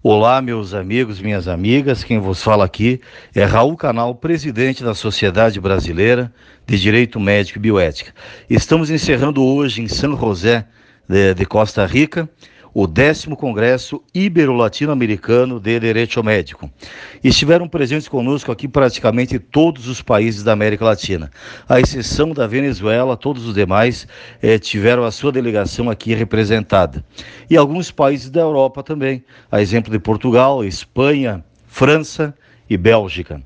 Olá, meus amigos, minhas amigas, quem vos fala aqui é Raul Canal, presidente da Sociedade Brasileira de Direito Médico e Bioética. Estamos encerrando hoje em São José de Costa Rica o 10º Congresso Ibero-Latino-Americano de Direito Médico. Estiveram presentes conosco aqui praticamente todos os países da América Latina, à exceção da Venezuela. Todos os demais tiveram a sua delegação aqui representada. E alguns países da Europa também, a exemplo de Portugal, Espanha, França e Bélgica.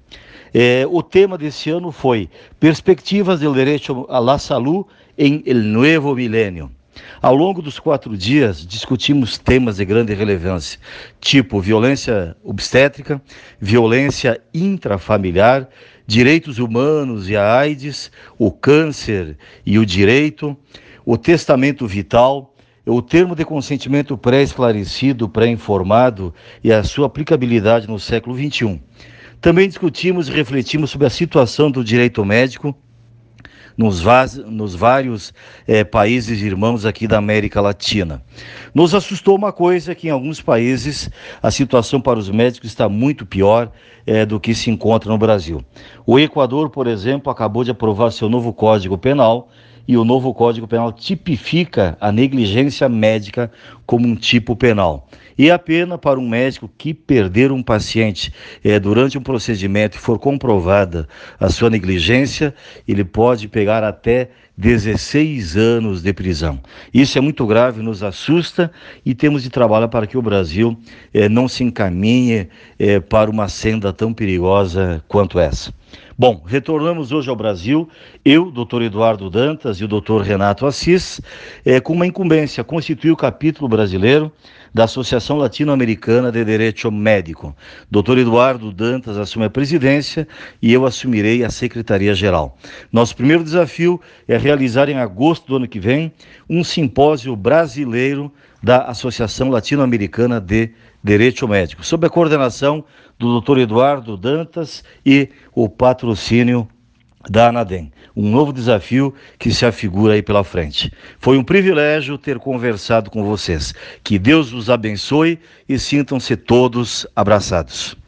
O tema desse ano foi Perspectivas do Direito à la Salud em el Nuevo Milênio. Ao longo dos 4 dias, discutimos temas de grande relevância, tipo violência obstétrica, violência intrafamiliar, direitos humanos e a AIDS, o câncer e o direito, o testamento vital, o termo de consentimento pré-esclarecido, pré-informado e a sua aplicabilidade no século XXI. Também discutimos e refletimos sobre a situação do direito médico nos vários países irmãos aqui da América Latina. Nos assustou uma coisa, que em alguns países a situação para os médicos está muito pior do que se encontra no Brasil. O Equador, por exemplo, acabou de aprovar seu novo Código Penal, e o novo Código Penal tipifica a negligência médica como um tipo penal. E a pena para um médico que perder um paciente durante um procedimento e for comprovada a sua negligência, ele pode pegar até 16 anos de prisão. Isso é muito grave, nos assusta e temos de trabalhar para que o Brasil não se encaminhe para uma senda tão perigosa quanto essa. Bom, retornamos hoje ao Brasil, eu, Dr. Eduardo Dantas e o Dr. Renato Assis, com uma incumbência, constituir o capítulo brasileiro da Associação Latino-Americana de Direito Médico. Dr. Eduardo Dantas assume a presidência e eu assumirei a secretaria-geral. Nosso primeiro desafio é realizar em agosto do ano que vem um simpósio brasileiro da Associação Latino-Americana de Direito Médico, sob a coordenação do Dr. Eduardo Dantas e o patrocínio da Anadem. Um novo desafio que se afigura aí pela frente. Foi um privilégio ter conversado com vocês. Que Deus os abençoe e sintam-se todos abraçados.